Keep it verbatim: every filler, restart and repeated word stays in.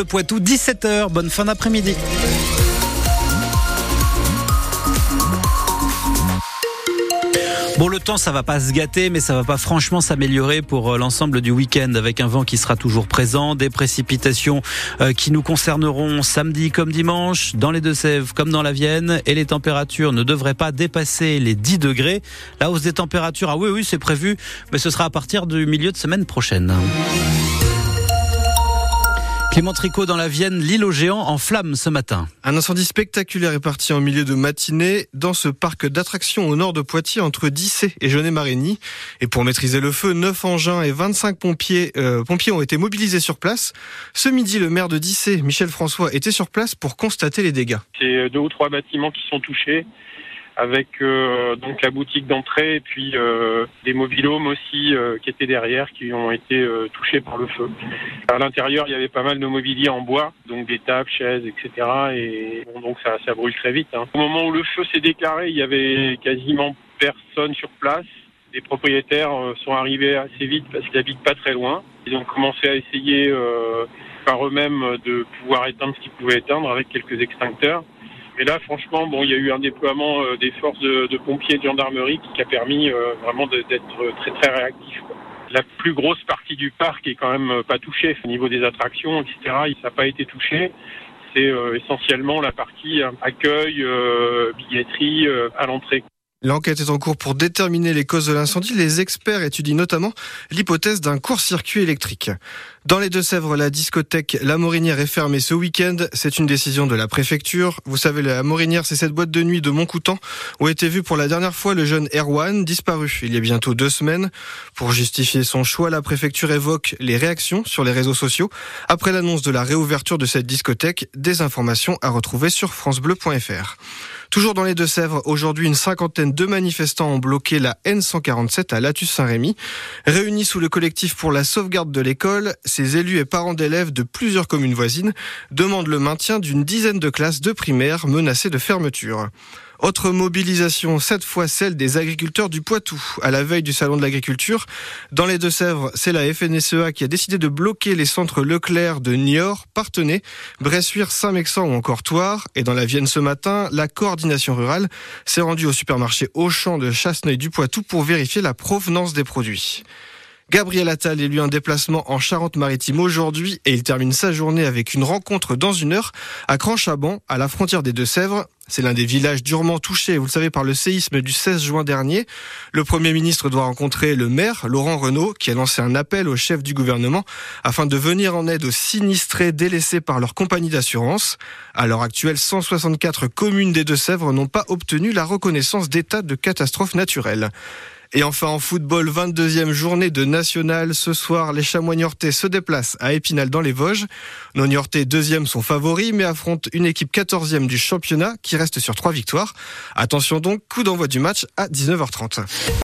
Bleu Poitou, dix-sept heures. Bonne fin d'après-midi. Bon, le temps, ça va pas se gâter, mais ça va pas franchement s'améliorer pour l'ensemble du week-end, avec un vent qui sera toujours présent, des précipitations qui nous concerneront samedi comme dimanche, dans les Deux-Sèvres comme dans la Vienne, et les températures ne devraient pas dépasser les dix degrés. La hausse des températures, ah oui, oui, c'est prévu, mais ce sera à partir du milieu de semaine prochaine. Clément Tricot dans la Vienne, l'île aux géants en flammes ce matin. Un incendie spectaculaire est parti en milieu de matinée dans ce parc d'attractions au nord de Poitiers entre Dissay et Jaunet-Marigny. Et pour maîtriser le feu, neuf engins et vingt-cinq pompiers, euh, pompiers ont été mobilisés sur place. Ce midi, le maire de Dissay, Michel François, était sur place pour constater les dégâts. C'est deux ou trois bâtiments qui sont touchés, avec euh, donc la boutique d'entrée et puis euh, des mobil-homes aussi euh, qui étaient derrière, qui ont été euh, touchés par le feu. À l'intérieur, il y avait pas mal de mobilier en bois, donc des tables, chaises, et cetera. Et bon, donc ça, ça brûle très vite. Hein. Au moment où le feu s'est déclaré, il y avait quasiment personne sur place. Les propriétaires euh, sont arrivés assez vite parce qu'ils habitent pas très loin. Ils ont commencé à essayer euh, par eux-mêmes de pouvoir éteindre ce qu'ils pouvaient éteindre avec quelques extincteurs. Mais là, franchement, bon, il y a eu un déploiement euh, des forces de, de pompiers et de gendarmerie qui, qui a permis euh, vraiment de, d'être très très réactif, quoi. La plus grosse partie du parc est quand même pas touchée. Au niveau des attractions, et cetera, ça n'a pas été touché. C'est euh, essentiellement la partie accueil, euh, billetterie euh, à l'entrée. L'enquête est en cours pour déterminer les causes de l'incendie. Les experts étudient notamment l'hypothèse d'un court-circuit électrique. Dans les Deux-Sèvres, la discothèque La Morinière est fermée ce week-end. C'est une décision de la préfecture. Vous savez, La Morinière, c'est cette boîte de nuit de Montcoutan où a été vu pour la dernière fois le jeune Erwan, disparu il y a bientôt deux semaines. Pour justifier son choix, la préfecture évoque les réactions sur les réseaux sociaux. Après l'annonce de la réouverture de cette discothèque, des informations à retrouver sur francebleu point fr. Toujours dans les Deux-Sèvres, aujourd'hui, une cinquantaine de manifestants ont bloqué la N cent quarante-sept à Latus-Saint-Rémy. Réunis sous le collectif pour la sauvegarde de l'école, ces élus et parents d'élèves de plusieurs communes voisines demandent le maintien d'une dizaine de classes de primaire menacées de fermeture. Autre mobilisation, cette fois celle des agriculteurs du Poitou. À la veille du salon de l'agriculture, dans les Deux-Sèvres, c'est la F N S E A qui a décidé de bloquer les centres Leclerc de Niort, Parthenay, Bressuire, Saint-Mexan ou encore Thouars. Et dans la Vienne ce matin, la coordination rurale s'est rendue au supermarché Auchan de Chasseneuil du Poitou pour vérifier la provenance des produits. Gabriel Attal est lui en déplacement en Charente-Maritime aujourd'hui et il termine sa journée avec une rencontre dans une heure à Cran-Chaban, à la frontière des Deux-Sèvres. C'est l'un des villages durement touchés, vous le savez, par le séisme du seize juin dernier. Le Premier ministre doit rencontrer le maire, Laurent Renaud, qui a lancé un appel au chef du gouvernement afin de venir en aide aux sinistrés délaissés par leur compagnie d'assurance. À l'heure actuelle, cent soixante-quatre communes des Deux-Sèvres n'ont pas obtenu la reconnaissance d'état de catastrophe naturelle. Et enfin en football, vingt-deuxième journée de national. Ce soir, les Chamois niortais se déplacent à Épinal dans les Vosges. Nos Niortais deuxième sont favoris, mais affrontent une équipe quatorzième du championnat qui reste sur trois victoires. Attention donc, coup d'envoi du match à dix-neuf heures trente.